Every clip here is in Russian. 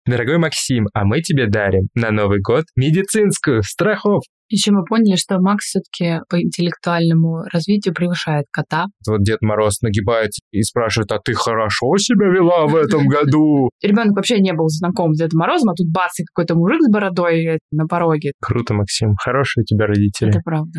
Дорогой Максим, а мы тебе дарим на Новый год медицинскую страховку. Еще мы поняли, что Макс все-таки по интеллектуальному развитию превышает кота. Вот Дед Мороз нагибается и спрашивает, а ты хорошо себя вела в этом году? Ребенок вообще не был знаком с Дедом Морозом, а тут бац, и какой-то мужик с бородой на пороге. Круто, Максим. Хорошие у тебя родители. Это правда.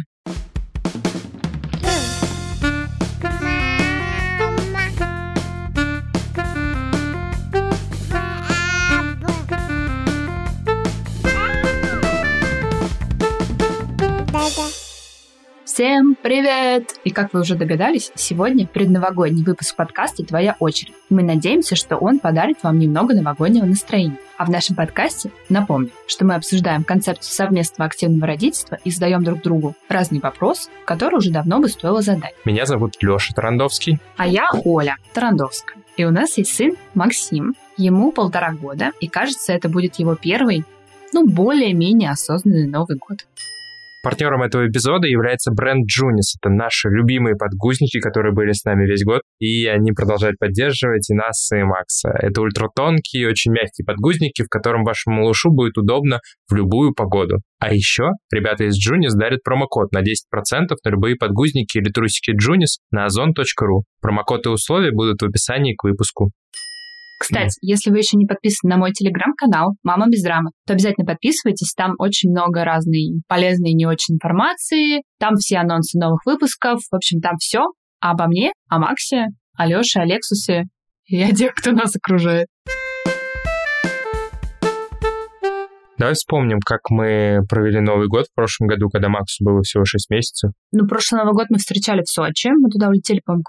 Всем привет! И как вы уже догадались, сегодня предновогодний выпуск подкаста «Твоя очередь». Мы надеемся, что он подарит вам немного новогоднего настроения. А в нашем подкасте напомню, что мы обсуждаем концепцию совместного активного родительства и задаем друг другу разные вопросы, которые уже давно бы стоило задать. Меня зовут Лёша Тарандовский. А я Оля Тарандовская. И у нас есть сын Максим. Ему 1,5 года, и кажется, это будет его первый, более-менее осознанный Новый год. Партнером этого эпизода является бренд Junis. Это наши любимые подгузники, которые были с нами весь год, и они продолжают поддерживать и нас, и Макса. Это ультратонкие, очень мягкие подгузники, в котором вашему малышу будет удобно в любую погоду. А еще ребята из Junis дарят промокод на 10% на любые подгузники или трусики Junis на ozon.ru. Промокод и условия будут в описании к выпуску. Кстати, если вы еще не подписаны на мой телеграм-канал «Мама без драмы», то обязательно подписывайтесь. Там очень много разной полезной и не очень информации. Там все анонсы новых выпусков. В общем, там все обо мне, о Максе, о Лёше, о Лексусе и о тех, кто нас окружает. Давай вспомним, как мы провели Новый год в прошлом году, когда Максу было всего 6 месяцев. Прошлый Новый год мы встречали в Сочи. Мы туда улетели, по-моему,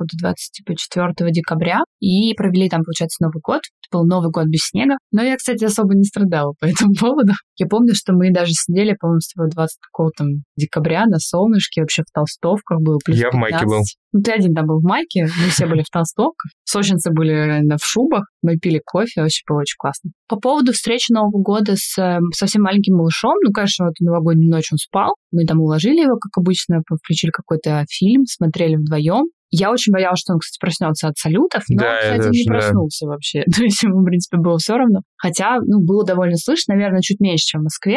24 декабря. И провели там, получается, Новый год. Это был Новый год без снега. Но я, кстати, особо не страдала по этому поводу. Я помню, что мы даже сидели, по-моему, с тобой 20 декабря на солнышке, вообще в толстовках было. Я в майке был. Ты один там был в майке, мы все были в толстовках. Сочинцы были реально в шубах. Мы пили кофе, вообще было очень классно. По поводу встречи Нового года с совсем маленьким малышом, конечно, вот новогоднюю ночь он спал. Мы там уложили его, как обычно, включили какой-то фильм, смотрели вдвоем. Я очень боялась, что он, кстати, проснется от салютов, но, кстати, не проснулся вообще. То есть ему, в принципе, было все равно. Хотя, было довольно слышно, наверное, чуть меньше, чем в Москве,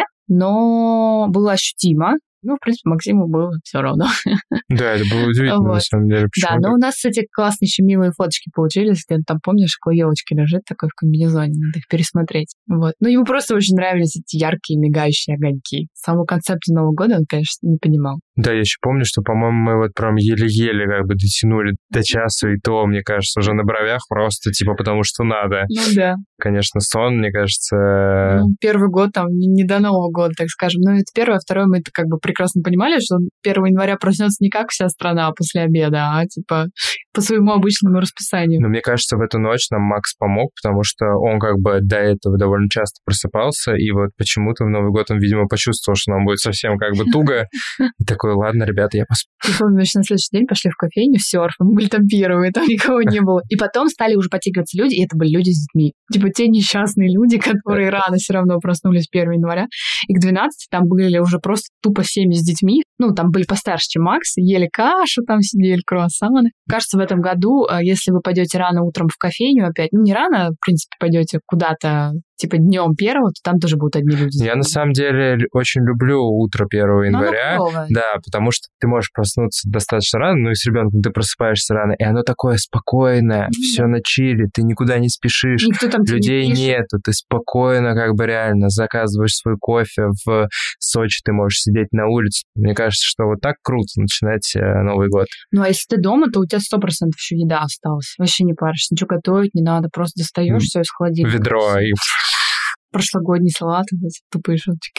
но было ощутимо. В принципе, Максиму было все равно. Да, это было удивительно, на самом деле. Да, но у нас, кстати, классные еще милые фоточки получились. Где там, помнишь, около елочки лежит такой в комбинезоне, надо их пересмотреть. Ему просто очень нравились эти яркие, мигающие огоньки. Саму концепцию Нового года он, конечно, не понимал. Да, я еще помню, что, по-моему, мы прям еле-еле дотянули до часа, и то, мне кажется, уже на бровях просто, потому что надо. Да. Конечно, сон, мне кажется... Первый год там не до Нового года, так скажем. Это первое, второе мы прекрасно понимали, что 1 января проснется не как вся страна после обеда, а по своему обычному расписанию. Но мне кажется, в эту ночь нам Макс помог, потому что он до этого довольно часто просыпался, и почему-то в Новый год он, видимо, почувствовал, что нам будет совсем туго, и такой, ладно, ребята, я посплю. Я помню, на следующий день пошли в кофейню Сёрф, мы были там первые, там никого не было. И потом стали уже подтягиваться люди, и это были люди с детьми. Те несчастные люди, которые рано все равно проснулись 1 января. И к 12 там были уже просто тупо семьи с детьми. Там были постарше, чем Макс, ели кашу, там сидели, круассаны. Кажется, в этом году, если вы пойдете рано утром в кофейню опять, не рано, в принципе, пойдете куда-то днем 1-го, то там тоже будут одни люди. Я на самом деле очень люблю утро 1 января. Да, потому что ты можешь проснуться достаточно рано, и с ребенком ты просыпаешься рано, и оно такое спокойное, все на чиле, ты никуда не спешишь, никто там людей нету, ты спокойно реально заказываешь свой кофе, в Сочи ты можешь сидеть на улице. Мне кажется, что так круто начинать Новый год. А если ты дома, то у тебя 100% еще еда осталась. Вообще не паришься, ничего готовить не надо, просто достаешь все из холодильника. Ведро и... Прошлогодний салат, эти тупые шуточки.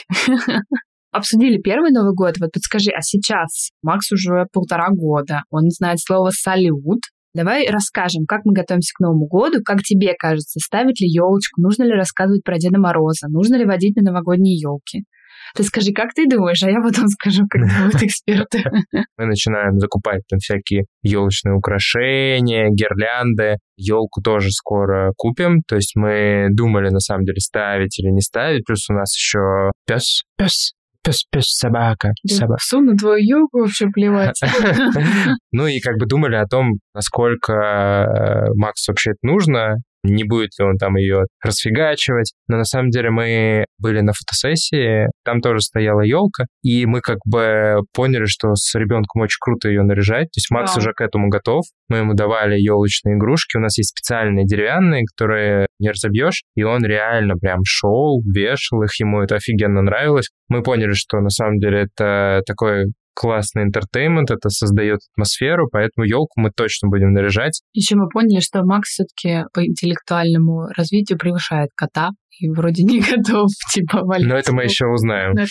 Обсудили первый Новый год. Подскажи, а сейчас Макс уже 1,5 года. Он знает слово «салют». Давай расскажем, как мы готовимся к Новому году, как тебе кажется, ставить ли елочку, нужно ли рассказывать про Деда Мороза, нужно ли водить на новогодние елки. Ты скажи, как ты думаешь, а я потом скажу, как думают эксперты. Мы начинаем закупать там всякие елочные украшения, гирлянды. Елку тоже скоро купим. То есть мы думали, на самом деле, ставить или не ставить. Плюс у нас еще пес, собака. Псу на твою елку вообще плевать. И думали о том, насколько Максу вообще это нужно. не будет ли он там ее расфигачивать. Но на самом деле мы были на фотосессии, там тоже стояла елка, и мы как бы поняли, что с ребенком очень круто ее наряжать. То есть Макс уже к этому готов. Мы ему давали елочные игрушки. У нас есть специальные деревянные, которые не разобьешь, и он реально прям шел, вешал их, ему это офигенно нравилось. Мы поняли, что на самом деле это такой классный интертеймент, это создает атмосферу, поэтому елку мы точно будем наряжать. Еще мы поняли, что Макс все-таки по интеллектуальному развитию превышает кота и вроде не готов, типа, валить. Но это мы еще узнаем. Да.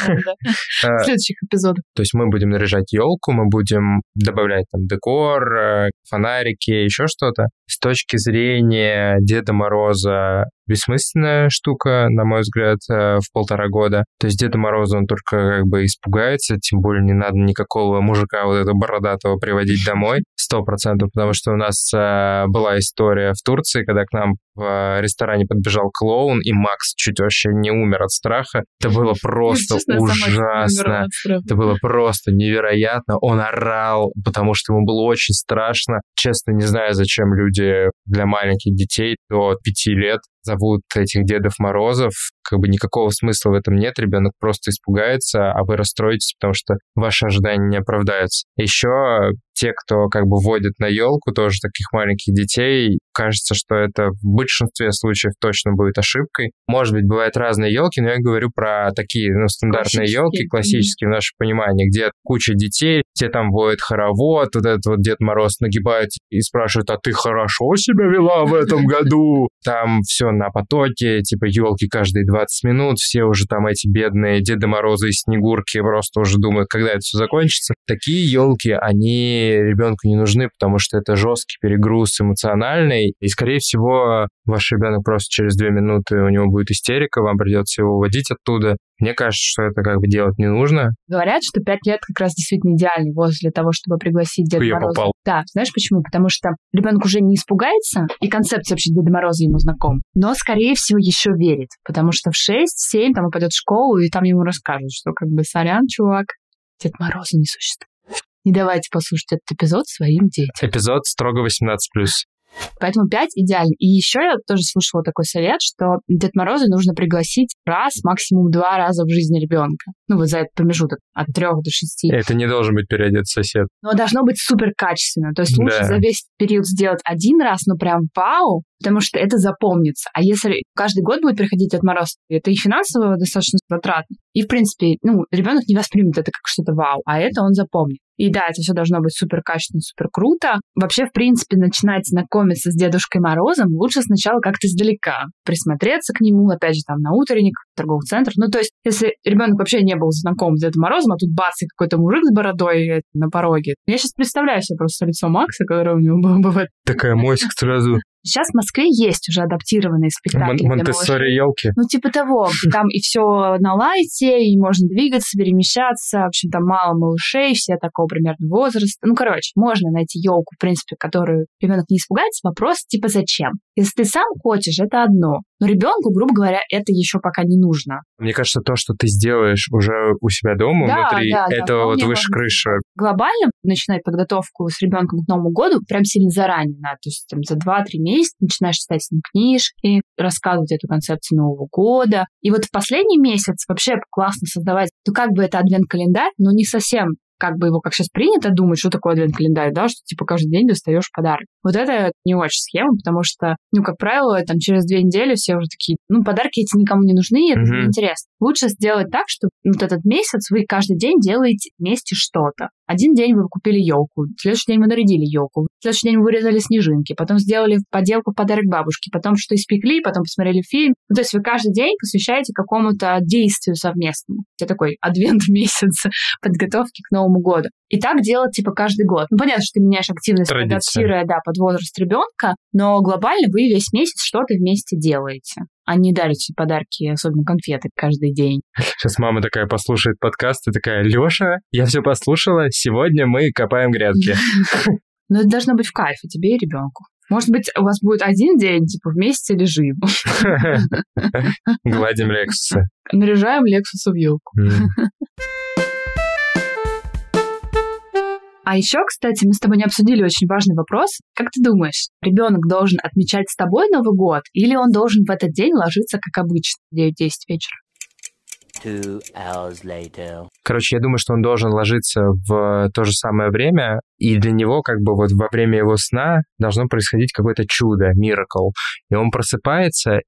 В следующих эпизодах. То есть мы будем наряжать елку, мы будем добавлять там декор, фонарики, еще что-то. С точки зрения Деда Мороза бессмысленная штука, на мой взгляд, в 1,5 года. То есть Деда Мороза он только как бы испугается, тем более не надо никакого мужика вот этого бородатого приводить домой 100%, потому что у нас была история в Турции, когда к нам в ресторане подбежал клоун, и Макс чуть вообще не умер от страха. Это было просто ужасно. Это было просто невероятно. Он орал, потому что ему было очень страшно. Честно, не знаю, зачем люди для маленьких детей до 5 лет зовут этих Дедов Морозов. Как бы никакого смысла в этом нет. Ребенок просто испугается, а вы расстроитесь, потому что ваши ожидания не оправдаются. Еще те, кто как бы водит на елку, тоже таких маленьких детей, кажется, что это в большинстве случаев точно будет ошибкой. Может быть, бывают разные елки, но я говорю про такие, стандартные елки, классические в нашем понимании, где куча детей, те там воет хоровод, вот этот вот Дед Мороз нагибает и спрашивает: а ты хорошо себя вела в этом году? Там все на потоке, типа елки каждые 20 минут, все уже там эти бедные Деды Морозы и Снегурки просто уже думают, когда это все закончится. Такие елки, они ребенку не нужны, потому что это жесткий перегруз эмоциональный, и, скорее всего, ваш ребенок просто через 2 минуты, у него будет истерика, вам придется его уводить оттуда. Мне кажется, что это как бы делать не нужно. Говорят, что 5 лет как раз действительно идеальный возраст для того, чтобы пригласить Деда Мороза. Попал. Да, знаешь почему? Потому что ребенок уже не испугается, и концепция вообще Деда Мороза ему знаком, но, скорее всего, еще верит, потому что в 6-7 там он пойдет в школу, и там ему расскажут, что как бы сорян, чувак, Дед Мороза не существует. Не давайте послушать этот эпизод своим детям. Эпизод строго 18+. Поэтому 5 идеально. И еще я тоже слышала такой совет, что Дед Мороза нужно пригласить раз, максимум 2 раза в жизни ребенка. Вот за этот промежуток от 3 до 6. Это не должен быть переодет сосед. Но должно быть супер качественно. То есть лучше за весь период сделать 1 раз, прям вау, потому что это запомнится. А если каждый год будет приходить Дед Мороз, это и финансово достаточно затратно. И, в принципе, ребенок не воспримет это как что-то вау, а это он запомнит. И да, это все должно быть супер качественно, супер круто. Вообще, в принципе, начинать знакомиться с Дедушкой Морозом лучше сначала как-то издалека. Присмотреться к нему, опять же, там, на утренник, в торговый центр. То есть, если ребенок вообще не был знаком с Дедом Морозом, а тут бац, и какой-то мужик с бородой на пороге. Я сейчас представляю себе просто лицо Макса, которое у него бывает. Такая моська сразу. Сейчас в Москве есть уже адаптированные спектакли. Монтессори елки. Типа того. Там и все на лайте, и можно двигаться, перемещаться. В общем, там мало малышей, все такого примерно возраста. Можно найти елку, в принципе, которую ребенок не испугается. Вопрос типа зачем? Если ты сам хочешь, это одно. Но ребенку, грубо говоря, это еще пока не нужно. Мне кажется, то, что ты сделаешь уже у себя дома внутри, это вот выше крыши. Глобально начинать подготовку с ребенком к Новому году прям сильно заранее надо. То есть там за 2-3 месяца начинаешь читать с ним книжки, рассказывать эту концепцию Нового года. И вот в последний месяц вообще классно создавать, как бы это адвент-календарь, но не совсем как бы его, как сейчас принято думать, что такое адвент-календарь, да, что типа каждый день достаешь подарок. Вот это не очень схема, потому что, как правило, там через 2 недели все уже такие, подарки эти никому не нужны, это неинтересно. Лучше сделать так, что вот этот месяц вы каждый день делаете вместе что-то. Один день вы купили елку, в следующий день вы нарядили елку, в следующий день вы вырезали снежинки, потом сделали поделку в подарок бабушке, потом что испекли, потом посмотрели фильм. То есть вы каждый день посвящаете какому-то действию совместному. Это такой адвент-месяц подготовки к Новому году. И так делать типа каждый год. Понятно, что ты меняешь активность, адаптируя, под возраст ребенка, но глобально вы весь месяц что-то вместе делаете, а не дарите подарки, особенно конфеты, каждый день. Сейчас мама такая послушает подкаст и такая: Лёша, я все послушала, сегодня мы копаем грядки. Но это должно быть в кайф и тебе, и ребенку. Может быть, у вас будет один день, типа, вместе лежим. Гладим Лексусы. Наряжаем Лексусу в елку. А еще, кстати, мы с тобой не обсудили очень важный вопрос. Как ты думаешь, ребенок должен отмечать с тобой Новый год, или он должен в этот день ложиться, как обычно, в 9-10 вечера? 2 hours later. Короче, я думаю, что он должен ложиться в то же самое время, и для него как бы вот во время его сна должно происходить какое-то чудо, miracle. И он просыпается,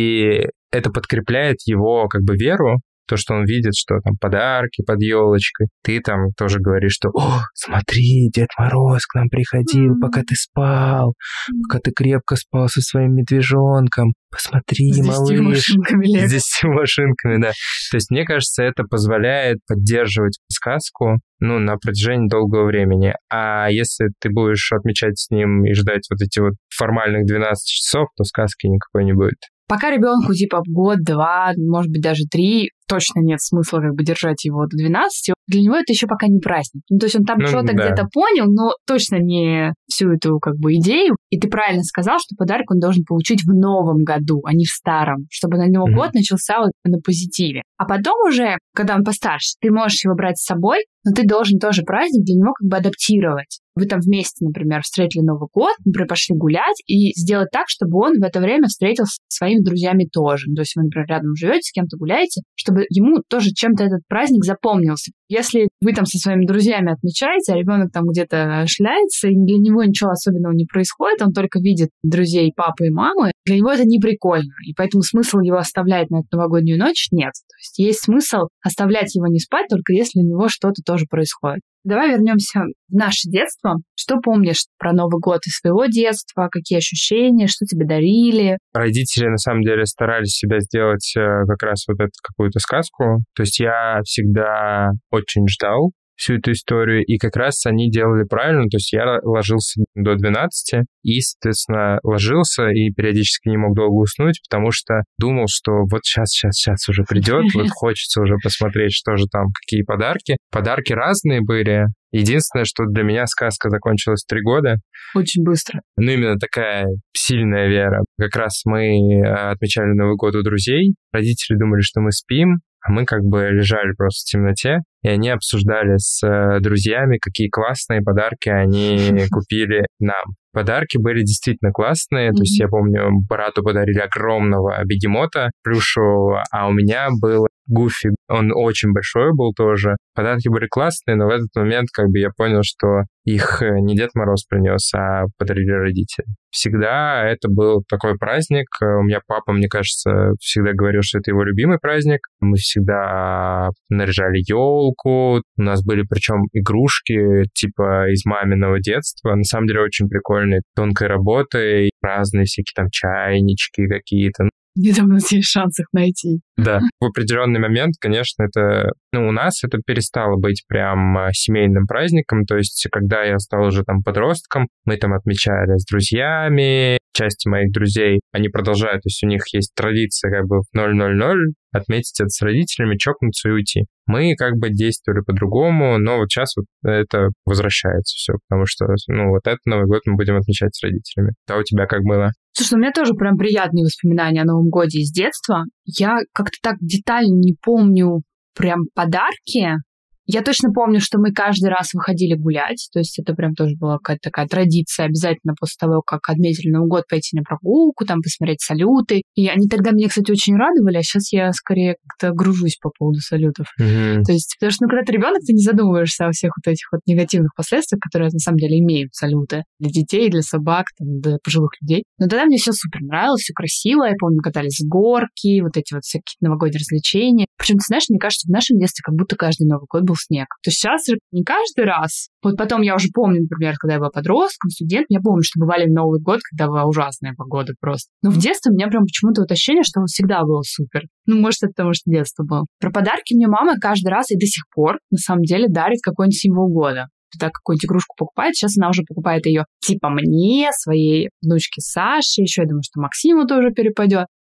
и это подкрепляет его как бы веру, то, что он видит, что там подарки под елочкой. Ты там тоже говоришь, что «О, смотри, Дед Мороз к нам приходил, пока ты спал, пока ты крепко спал со своим медвежонком. Посмотри, малыш». С 10 машинками Лего. С 10 машинками, да. То есть, мне кажется, это позволяет поддерживать сказку, на протяжении долгого времени. А если ты будешь отмечать с ним и ждать вот эти вот формальных 12 часов, то сказки никакой не будет. Пока ребенку типа год-два, может быть, даже 3, точно нет смысла как бы держать его до 12. Для него это еще пока не праздник. То есть он там что-то где-то понял, но точно не всю эту как бы идею. И ты правильно сказал, что подарок он должен получить в новом году, а не в старом, чтобы на него год начался вот на позитиве. А потом уже, когда он постарше, ты можешь его брать с собой, но ты должен тоже праздник для него как бы адаптировать. Вы там вместе, например, встретили Новый год, например, пошли гулять, и сделать так, чтобы он в это время встретился со своими друзьями тоже. То есть вы, например, рядом живете, с кем-то гуляете, чтобы ему тоже чем-то этот праздник запомнился. Если вы там со своими друзьями отмечаете, а ребенок там где-то шляется, и для него ничего особенного не происходит, он только видит друзей папы и мамы, для него это не прикольно. И поэтому смысл его оставлять на эту новогоднюю ночь нет. То есть есть смысл оставлять его не спать, только если у него что-то тоже происходит. Давай вернемся в наше детство. Что помнишь про Новый год из своего детства? Какие ощущения? Что тебе дарили? Родители, на самом деле, старались себя сделать как раз вот эту какую-то сказку. То есть я всегда очень ждал всю эту историю, и как раз они делали правильно, то есть я ложился до 12 и, соответственно, ложился и периодически не мог долго уснуть, потому что думал, что вот сейчас уже придет, вот хочется уже посмотреть, что же там, какие подарки. Подарки разные были. Единственное, что для меня сказка закончилась 3 года. Очень быстро. Именно такая сильная вера. Как раз мы отмечали Новый год у друзей. Родители думали, что мы спим, а мы как бы лежали просто в темноте, и они обсуждали с друзьями, какие классные подарки они купили нам. Подарки были действительно классные, то есть я помню, брату подарили огромного бегемота плюшевого, а у меня был Гуфи, он очень большой был тоже. Подарки были классные, но в этот момент как бы я понял, что их не Дед Мороз принес, а подарили родители. Всегда это был такой праздник. У меня папа, мне кажется, всегда говорил, что это его любимый праздник. Мы всегда наряжали елку. У нас были причем игрушки типа из маминого детства. На самом деле очень прикольные, тонкой работы, разные всякие там чайнички какие-то. Где там у нас есть шанс их найти? Да. В определенный момент, конечно, это... у нас это перестало быть прям семейным праздником. То есть, когда я стал уже там подростком, мы там отмечали с друзьями. Части моих друзей, они продолжают, то есть у них есть традиция как бы в 0:00 отметить это с родителями, чокнуться и уйти. Мы как бы действовали по-другому, но вот сейчас вот это возвращается все, потому что, вот этот Новый год мы будем отмечать с родителями. А у тебя как было? Слушай, у меня тоже прям приятные воспоминания о Новом годе из детства. Я как-то так детально не помню прям подарки. Я точно помню, что мы каждый раз выходили гулять, то есть это прям тоже была какая-то такая традиция обязательно после того, как отметили Новый год, пойти на прогулку, там посмотреть салюты. И они тогда меня, кстати, очень радовали, а сейчас я скорее как-то гружусь по поводу салютов. То есть, потому что, когда ты ребенок, ты не задумываешься о всех вот этих вот негативных последствиях, которые на самом деле имеют салюты для детей, для собак, там, для пожилых людей. Но тогда мне все супер нравилось, все красиво. Я помню, катались с горки, вот эти вот всякие новогодние развлечения. Причем, ты знаешь, мне кажется, в нашем детстве как будто каждый Новый год был снег. То есть сейчас не каждый раз. Вот потом я уже помню, например, когда я была подростком, студентом, я помню, что бывали Новый год, когда была ужасная погода просто. Но в детстве у меня прям почему-то вот ощущение, что всегда было супер. Может, это потому, что детство было. Про подарки мне мама каждый раз и до сих пор, на самом деле, дарит какой-нибудь символ года. Туда какую-нибудь игрушку покупает. Сейчас она уже покупает ее типа мне, своей внучке Саше. Еще я думаю, что Максиму тоже перепадет.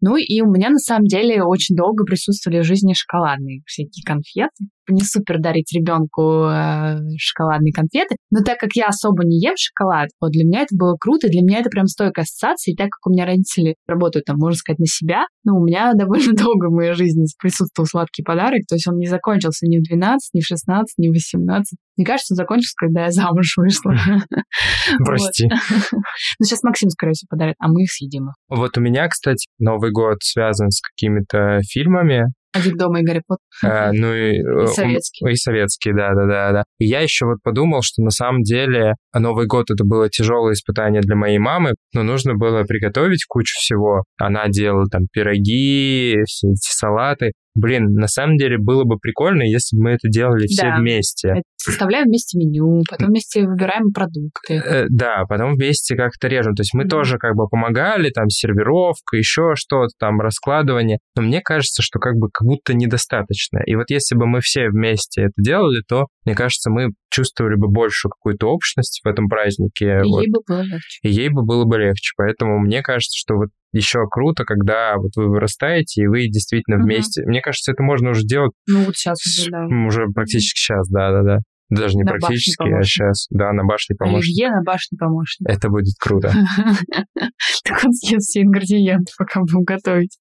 Ну и у меня на самом деле очень долго присутствовали в жизни шоколадные всякие конфеты. Не супер дарить ребенку шоколадные конфеты, но так как я особо не ем шоколад, вот для меня это было круто, для меня это прям стойкая ассоциация, и так как у меня родители работают там, можно сказать, на себя, ну, у меня довольно долго в моей жизни присутствовал сладкий подарок, то есть он не закончился ни в 12, ни в 16, ни в 18. Мне кажется, он закончился, когда я замуж вышла. Прости. Ну, сейчас Максим, скорее всего, подарит, а мы их съедим. Вот у меня, кстати, Новый год связан с какими-то фильмами. «Один дома» и «Гарри Поттер». Ну и советские. И советские, да. И я еще вот подумал, что на самом деле Новый год это было тяжелое испытание для моей мамы, но нужно было приготовить кучу всего. Она делала там пироги, все эти салаты. Блин, на самом деле было бы прикольно, если бы мы это делали все вместе. Составляем вместе меню, потом вместе выбираем продукты. Да, потом вместе как-то режем. То есть мы тоже как бы помогали, там, сервировка, еще что-то, там, раскладывание. Но мне кажется, что как будто недостаточно. И вот если бы мы все вместе это делали, то, мне кажется, мы чувствовали бы большую какую-то общность в этом празднике. И ей бы было легче. И ей бы было бы легче. Поэтому мне кажется, что вот еще круто, когда вот вы вырастаете, и вы действительно вместе. Мне кажется, это можно уже делать... Ну, вот сейчас уже, да. Уже практически сейчас, да. Даже не на практически, а сейчас. Да, на башне помощник. Оливье на башне помощник. Это будет круто. Так он съест все ингредиенты, пока будем готовить.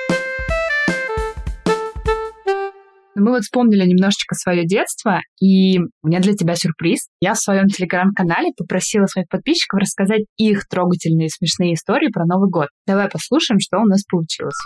Мы вот вспомнили немножечко свое детство, и у меня для тебя сюрприз. Я в своем телеграм-канале попросила своих подписчиков рассказать их трогательные смешные истории про Новый год. Давай послушаем, что у нас получилось.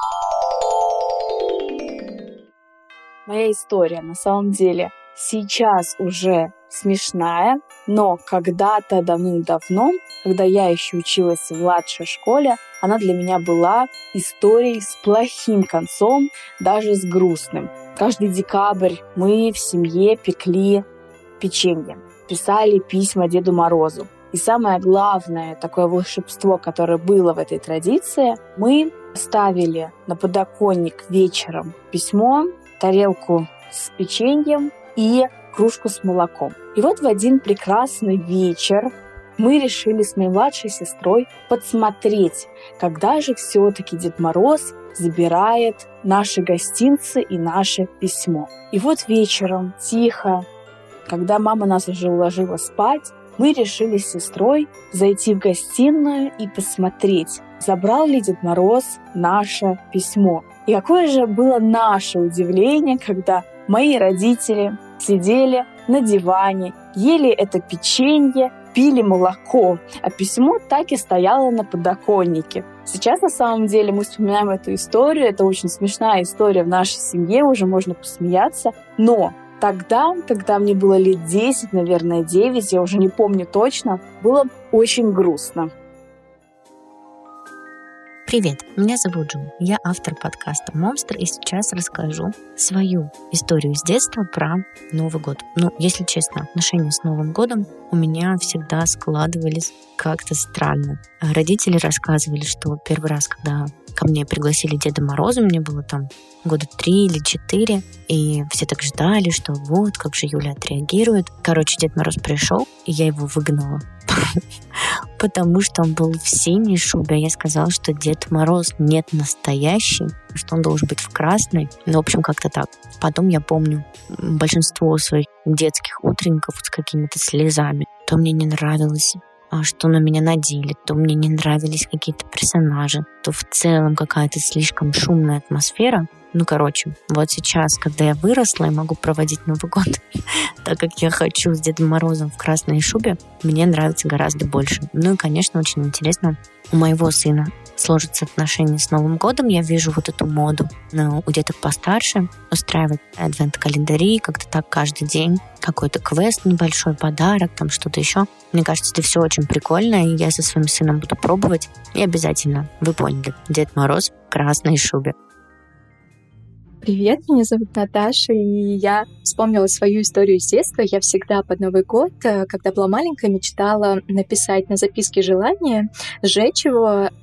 Моя история, на самом деле, сейчас уже смешная, но когда-то давным-давно, когда я еще училась в младшей школе, она для меня была историей с плохим концом, даже с грустным. Каждый декабрь мы в семье пекли печенье, писали письма Деду Морозу. И самое главное такое волшебство, которое было в этой традиции, мы ставили на подоконник вечером письмо, тарелку с печеньем и кружку с молоком. И вот в один прекрасный вечер мы решили с моей младшей сестрой подсмотреть, когда же все-таки Дед Мороз забирает наши гостинцы и наше письмо. И вот вечером, тихо, когда мама нас уже уложила спать, мы решили с сестрой зайти в гостиную и посмотреть, забрал ли Дед Мороз наше письмо. И какое же было наше удивление, когда мои родители сидели на диване, ели это печенье, пили молоко, а письмо так и стояло на подоконнике. Сейчас, на самом деле, мы вспоминаем эту историю, это очень смешная история в нашей семье, уже можно посмеяться, но тогда, когда мне было лет 10, наверное, 9, я уже не помню точно, было очень грустно. Привет, меня зовут Джун, я автор подкаста «Монстр», и сейчас расскажу свою историю с детства про Новый год. Ну, если честно, отношения с Новым годом у меня всегда складывались как-то странно. Родители рассказывали, что первый раз, когда ко мне пригласили Деда Мороза, мне было там года 3 или 4, и все так ждали, что вот, как же Юля отреагирует. Короче, Дед Мороз пришел, и я его выгнала. Потому что он был в синей шубе, а я сказала, что Дед Мороз нет настоящий, что он должен быть в красной. Ну, в общем, как-то так. Потом я помню большинство своих детских утренников с какими-то слезами. То мне не нравилось, что на меня надели, то мне не нравились какие-то персонажи, то в целом какая-то слишком шумная атмосфера. Ну, короче, вот сейчас, когда я выросла и могу проводить Новый год так, как я хочу, с Дедом Морозом в красной шубе, мне нравится гораздо больше. Ну и, конечно, очень интересно у моего сына сложатся отношения с Новым годом. Я вижу вот эту моду у деток постарше устраивать адвент-календари, как-то так каждый день какой-то квест, небольшой подарок, там что-то еще. Мне кажется, это все очень прикольно, и я со своим сыном буду пробовать. И обязательно, вы поняли, Дед Мороз в красной шубе. Привет, меня зовут Наташа, и я вспомнила свою историю с детства. Я всегда под Новый год, когда была маленькая, мечтала написать на записке желание, сжечь его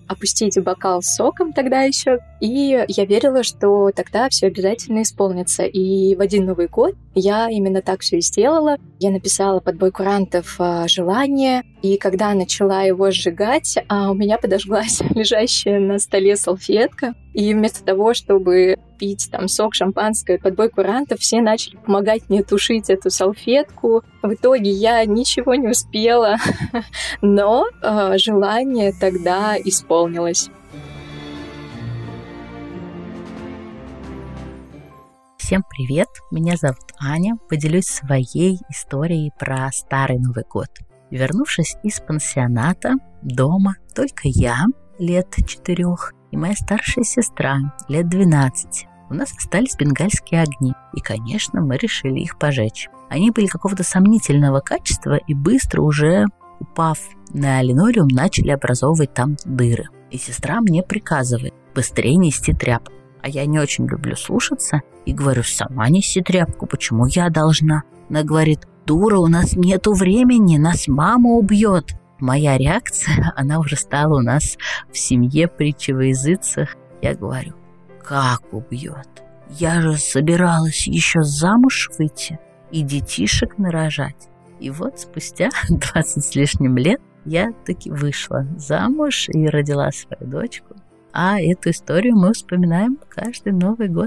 опустить бокал с соком тогда еще. И я верила, что тогда все обязательно исполнится. И в один Новый год я именно так все и сделала. Я написала под бой курантов желание, и когда начала его сжигать, у меня подожглась лежащая на столе салфетка. И вместо того, чтобы пить там сок, шампанское, под бой курантов, все начали помогать мне тушить эту салфетку. В итоге я ничего не успела, но желание тогда исполнилось. Всем привет, меня зовут Аня, поделюсь своей историей про Старый Новый год. Вернувшись из пансионата, дома только я, лет 4, и моя старшая сестра, лет 12. У нас остались бенгальские огни, и, конечно, мы решили их пожечь. Они были какого-то сомнительного качества и быстро уже, упав на линолеум, начали образовывать там дыры. И сестра мне приказывает быстрее нести тряпку. А я не очень люблю слушаться и говорю: сама неси тряпку, почему я должна? Она говорит: дура, у нас нету времени, нас мама убьет. Моя реакция, она уже стала у нас в семье притчей во языцах. Я говорю: как убьет? Я же собиралась еще замуж выйти и детишек нарожать. И вот спустя 20 с лишним лет я таки вышла замуж и родила свою дочку. А эту историю мы вспоминаем каждый Новый год.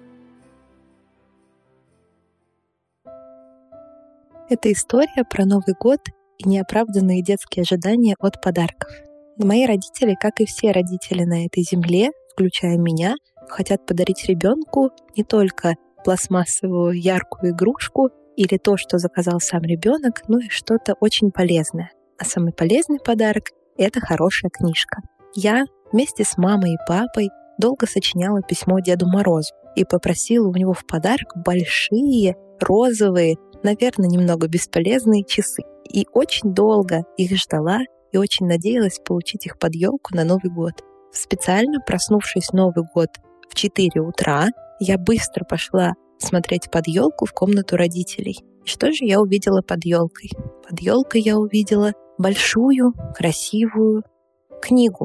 Это история про Новый год и неоправданные детские ожидания от подарков. Мои родители, как и все родители на этой земле, включая меня, хотят подарить ребенку не только пластмассовую яркую игрушку или то, что заказал сам ребенок, но и что-то очень полезное. А самый полезный подарок — это хорошая книжка. Я вместе с мамой и папой долго сочиняла письмо Деду Морозу и попросила у него в подарок большие, розовые, наверное, немного бесполезные часы. И очень долго их ждала и очень надеялась получить их под елку на Новый год. Специально проснувшись Новый год в 4 утра, я быстро пошла смотреть под елку в комнату родителей. И что же я увидела под елкой? Под елкой я увидела большую, красивую книгу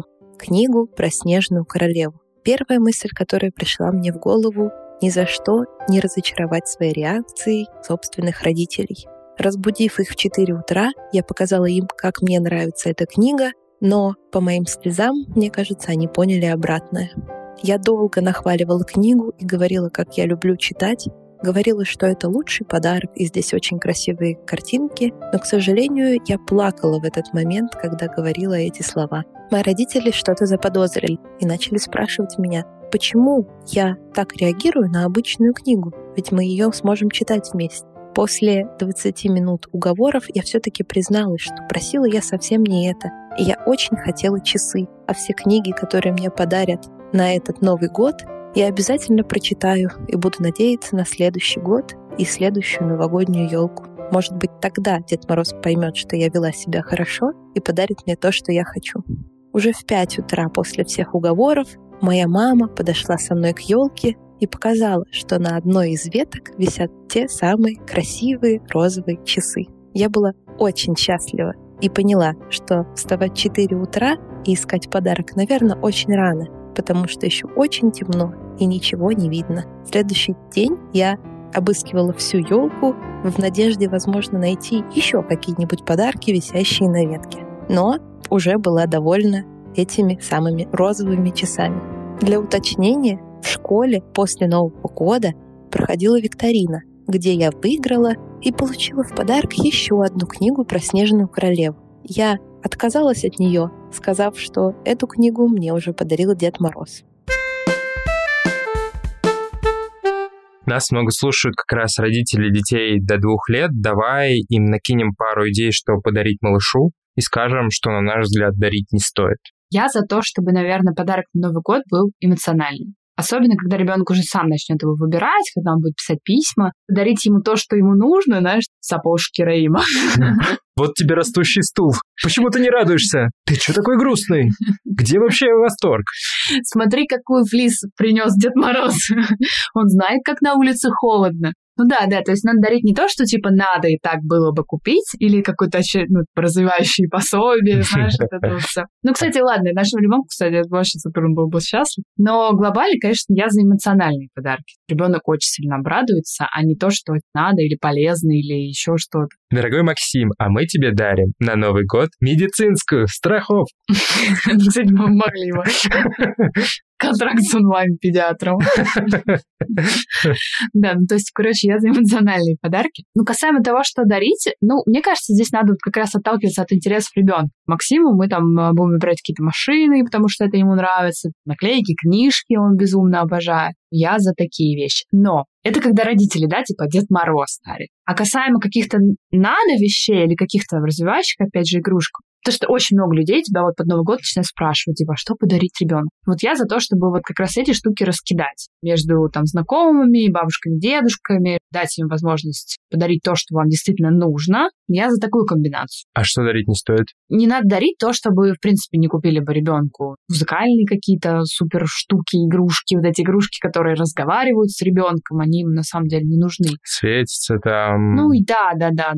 про Снежную королеву. Первая мысль, которая пришла мне в голову: ни за что не разочаровать своей реакцией собственных родителей. Разбудив их в 4 утра, я показала им, как мне нравится эта книга, но по моим слезам, мне кажется, они поняли обратное. Я долго нахваливала книгу и говорила, как я люблю читать, говорила, что это лучший подарок, и здесь очень красивые картинки, но, к сожалению, я плакала в этот момент, когда говорила эти слова. Мои родители что-то заподозрили и начали спрашивать меня, почему я так реагирую на обычную книгу, ведь мы ее сможем читать вместе. После 20 минут уговоров я все-таки призналась, что просила я совсем не это, и я очень хотела часы, а все книги, которые мне подарят на этот Новый год, я обязательно прочитаю и буду надеяться на следующий год и следующую новогоднюю елку. Может быть, тогда Дед Мороз поймет, что я вела себя хорошо и подарит мне то, что я хочу. Уже в 5 утра после всех уговоров моя мама подошла со мной к елке и показала, что на одной из веток висят те самые красивые розовые часы. Я была очень счастлива и поняла, что вставать в 4 утра и искать подарок, наверное, очень рано, потому что еще очень темно и ничего не видно. В следующий день я обыскивала всю елку в надежде, возможно, найти еще какие-нибудь подарки, висящие на ветке. Но уже была довольна этими самыми розовыми часами. Для уточнения, в школе после Нового года проходила викторина, где я выиграла и получила в подарок еще одну книгу про Снежную королеву. Я отказалась от нее, сказав, что эту книгу мне уже подарил Дед Мороз. Нас много слушают как раз родители детей до 2 лет. Давай им накинем пару идей, что подарить малышу, и скажем, что, на наш взгляд, дарить не стоит. Я за то, чтобы, наверное, подарок на Новый год был эмоциональным. Особенно, когда ребенок уже сам начнет его выбирать, когда он будет писать письма. Дарить ему то, что ему нужно, знаешь, сапожки Раима. Вот тебе растущий стул. Почему ты не радуешься? Ты что такой грустный? Где вообще восторг? Смотри, какую флис принес Дед Мороз. Он знает, как на улице холодно. Ну да, то есть надо дарить не то, что типа надо и так было бы купить, или какое-то развивающее пособие, знаешь, это вот все. Ну, кстати, ладно, нашему ребенку, кстати, вообще супер, он был бы счастлив. Но глобально, конечно, я за эмоциональные подарки. Ребенок очень сильно обрадуется, а не то, что это надо или полезно, или еще что-то. Дорогой Максим, а мы тебе дарим на Новый год медицинскую страховку. Кстати, мы могли его. Контракт с онлайн-педиатром. Да, ну то есть, короче, я за эмоциональные подарки. Ну, касаемо того, что дарить, ну, мне кажется, здесь надо вот как раз отталкиваться от интересов ребенка. Максиму мы там будем выбирать какие-то машины, потому что это ему нравится, наклейки, книжки он безумно обожает. Я за такие вещи. Но это когда родители, да, типа Дед Мороз дарит. А касаемо каких-то надо вещей или каких-то развивающих, опять же, игрушек, потому что очень много людей тебя вот под Новый год начинают спрашивать, типа, что подарить ребенку. Вот я за то, чтобы вот как раз эти штуки раскидать между там знакомыми, бабушками, дедушками, дать им возможность подарить то, что вам действительно нужно. Я за такую комбинацию. А что дарить не стоит? Не надо дарить то, что вы, в принципе, не купили бы ребенку. Музыкальные какие-то супер штуки, игрушки, вот эти игрушки, которые разговаривают с ребенком, они им на самом деле не нужны. Светится там. Ну и да.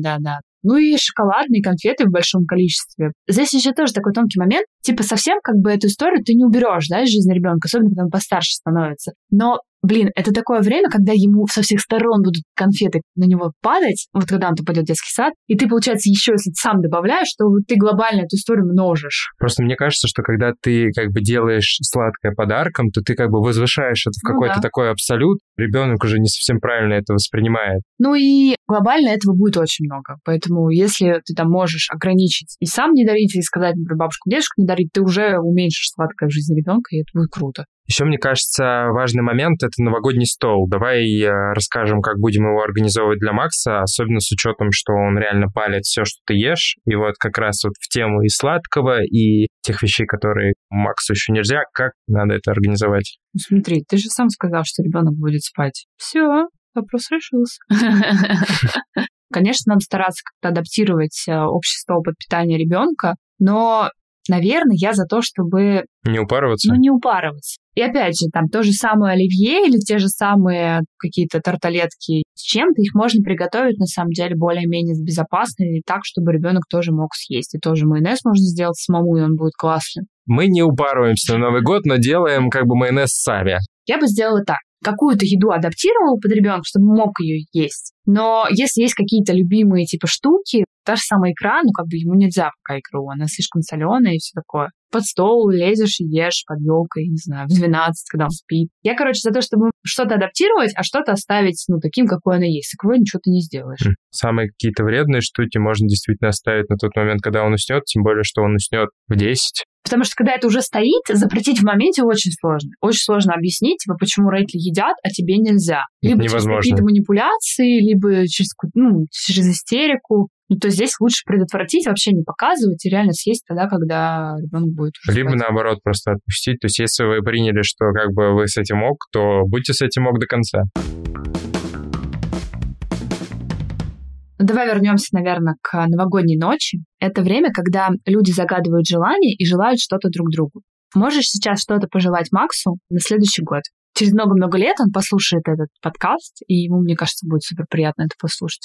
Ну и шоколадные конфеты в большом количестве. Здесь еще тоже такой тонкий момент. Типа совсем как бы эту историю ты не уберешь, да, из жизни ребенка, особенно когда он постарше становится. Но, блин, это такое время, когда ему со всех сторон будут конфеты на него падать, вот когда он попадет в детский сад, и ты, получается, еще если сам добавляешь, то ты глобально эту историю множишь. Просто мне кажется, что когда ты как бы делаешь сладкое подарком, то ты как бы возвышаешь это в какой-то такой абсолют. Ребенок уже не совсем правильно это воспринимает. Ну и глобально этого будет очень много. Поэтому если ты там можешь ограничить и сам не дарить, и сказать, например, бабушку, дедушку не дарить, ты уже уменьшишь сладкое в жизни ребенка, и это будет круто. Еще, мне кажется, важный момент — это новогодний стол. Давай расскажем, как будем его организовывать для Макса, особенно с учетом, что он реально палит все, что ты ешь. И вот как раз вот в тему и сладкого, и тех вещей, которые Максу еще нельзя. Как надо это организовать? Ну, смотри, ты же сам сказал, что ребенок будет спать. Все, вопрос решился. Конечно, надо стараться как-то адаптировать общий стол под питание ребенка, но, наверное, я за то, чтобы... Не упарываться? Ну, не упарываться. И опять же, там то же самое оливье или те же самые какие-то тарталетки с чем-то, их можно приготовить, на самом деле, более-менее безопасно и так, чтобы ребенок тоже мог съесть. И тоже майонез можно сделать самому, и он будет классным. Мы не упарываемся на Новый год, но делаем как бы майонез сами. Я бы сделала так. Какую-то еду адаптировала под ребенка, чтобы мог ее есть. Но если есть какие-то любимые типа штуки, та же самая икра, ну как бы ему нельзя пока икру, она слишком соленая и все такое. Под стол лезешь и ешь под елкой, не знаю, в 12, когда он спит. Я, короче, за то, чтобы что-то адаптировать, а что-то оставить, ну, таким, какой оно есть. С икрой ничего ты не сделаешь. Самые какие-то вредные штуки можно действительно оставить на тот момент, когда он уснет, тем более, что он уснет в 10. Потому что, когда это уже стоит, запретить в моменте очень сложно. Очень сложно объяснить, типа, почему родители едят, а тебе нельзя. Либо через какие-то манипуляции, либо через истерику. Ну, то здесь лучше предотвратить, вообще не показывать и реально съесть тогда, когда ребенок будет уже либо спать. Наоборот, просто отпустить. То есть если вы приняли, что как бы вы с этим ок, то будьте с этим ок до конца. Давай вернемся, наверное, к новогодней ночи. Это время, когда люди загадывают желания и желают что-то друг другу. Можешь сейчас что-то пожелать Максу на следующий год? Через много-много лет он послушает этот подкаст, и ему, мне кажется, будет супер приятно это послушать.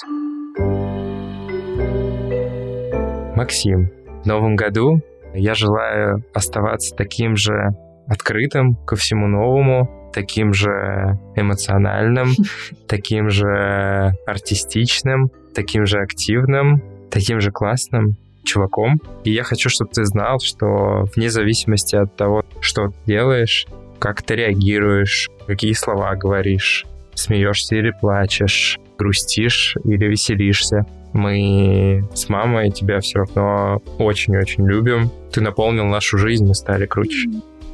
Максим, в новом году я желаю оставаться таким же открытым ко всему новому, таким же эмоциональным, таким же артистичным, таким же активным, таким же классным чуваком. И я хочу, чтобы ты знал, что вне зависимости от того, что ты делаешь, как ты реагируешь, какие слова говоришь, смеешься или плачешь, грустишь или веселишься, мы с мамой тебя все равно очень-очень любим. Ты наполнил нашу жизнь, мы стали круче.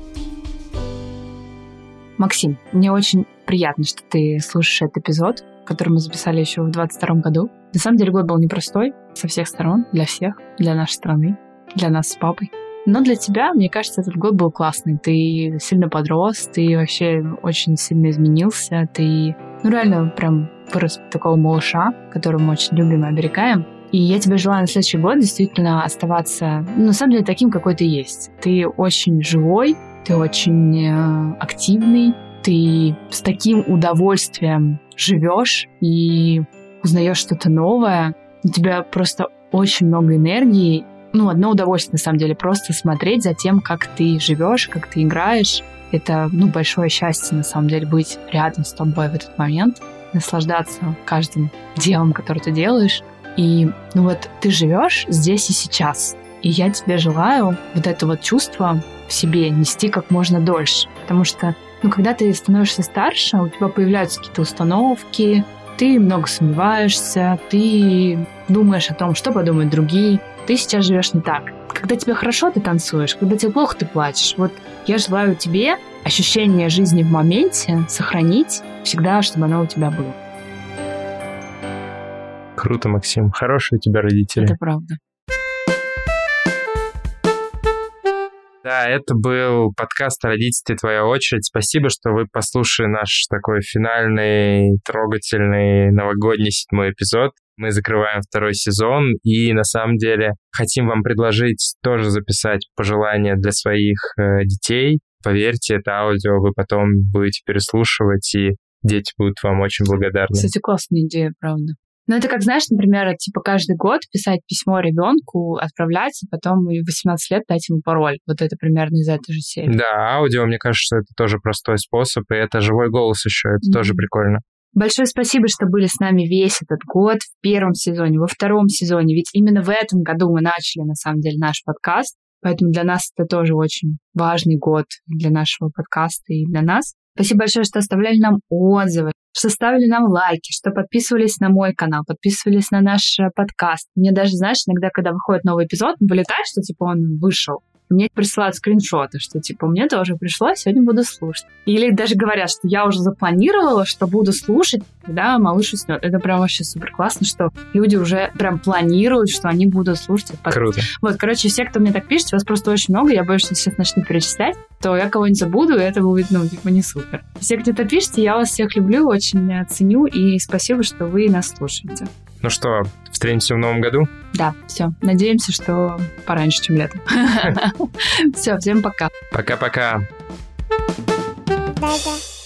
Максим, мне очень приятно, что ты слушаешь этот эпизод, который мы записали еще в 2022 году. На самом деле год был непростой со всех сторон, для всех, для нашей страны, для нас с папой. Но для тебя, мне кажется, этот год был классный. Ты сильно подрос, ты вообще очень сильно изменился, ты, реально прям вырос такого малыша, которого мы очень любим и оберегаем. И я тебе желаю на следующий год действительно оставаться, на самом деле, таким, какой ты есть. Ты очень живой, ты очень активный, ты с таким удовольствием живешь и узнаешь что-то новое. У тебя просто очень много энергии. Одно удовольствие, на самом деле, просто смотреть за тем, как ты живешь, как ты играешь. Это, большое счастье, на самом деле, быть рядом с тобой в этот момент, наслаждаться каждым делом, которое ты делаешь. И, ты живешь здесь и сейчас. И я тебе желаю вот это вот чувство в себе нести как можно дольше. Потому что, когда ты становишься старше, у тебя появляются какие-то установки, ты много сомневаешься, ты думаешь о том, что подумают другие. Ты сейчас живешь не так. Когда тебе хорошо, ты танцуешь, когда тебе плохо, ты плачешь. Вот я желаю тебе ощущение жизни в моменте сохранить всегда, чтобы оно у тебя было. Круто, Максим. Хорошие у тебя родители. Это правда. Да, это был подкаст «Родители. Твоя очередь». Спасибо, что вы послушали наш такой финальный, трогательный, новогодний 7-й эпизод. Мы закрываем 2-й сезон, и на самом деле хотим вам предложить тоже записать пожелания для своих детей. Поверьте, это аудио вы потом будете переслушивать, и дети будут вам очень благодарны. Кстати, классная идея, правда. Это как, знаешь, например, каждый год писать письмо ребенку, отправлять, и потом в 18 лет дать ему пароль. Вот это примерно из этой же серии. Да, аудио, мне кажется, это тоже простой способ, и это живой голос еще, это тоже прикольно. Большое спасибо, что были с нами весь этот год в 1-м сезоне, во 2-м сезоне, ведь именно в этом году мы начали, на самом деле, наш подкаст, поэтому для нас это тоже очень важный год для нашего подкаста и для нас. Спасибо большое, что оставляли нам отзывы, что ставили нам лайки, что подписывались на мой канал, подписывались на наш подкаст. Мне даже, знаешь, иногда, когда выходит новый эпизод, вылетает, что он вышел. Мне присылают скриншоты, что мне тоже пришло, сегодня буду слушать. Или даже говорят, что я уже запланировала, что буду слушать, когда малыш уснет. Это прям вообще супер классно, что люди уже прям планируют, что они будут слушать. Круто. Все, кто мне так пишет, вас просто очень много, я боюсь, что сейчас начну перечислять, то я кого-нибудь забуду, и это будет, не супер. Все, кто это пишете, я вас всех люблю, очень ценю, и спасибо, что вы нас слушаете. Ну что, встретимся в новом году? Да, все. Надеемся, что пораньше, чем летом. Все, всем пока. Пока-пока. Да-да.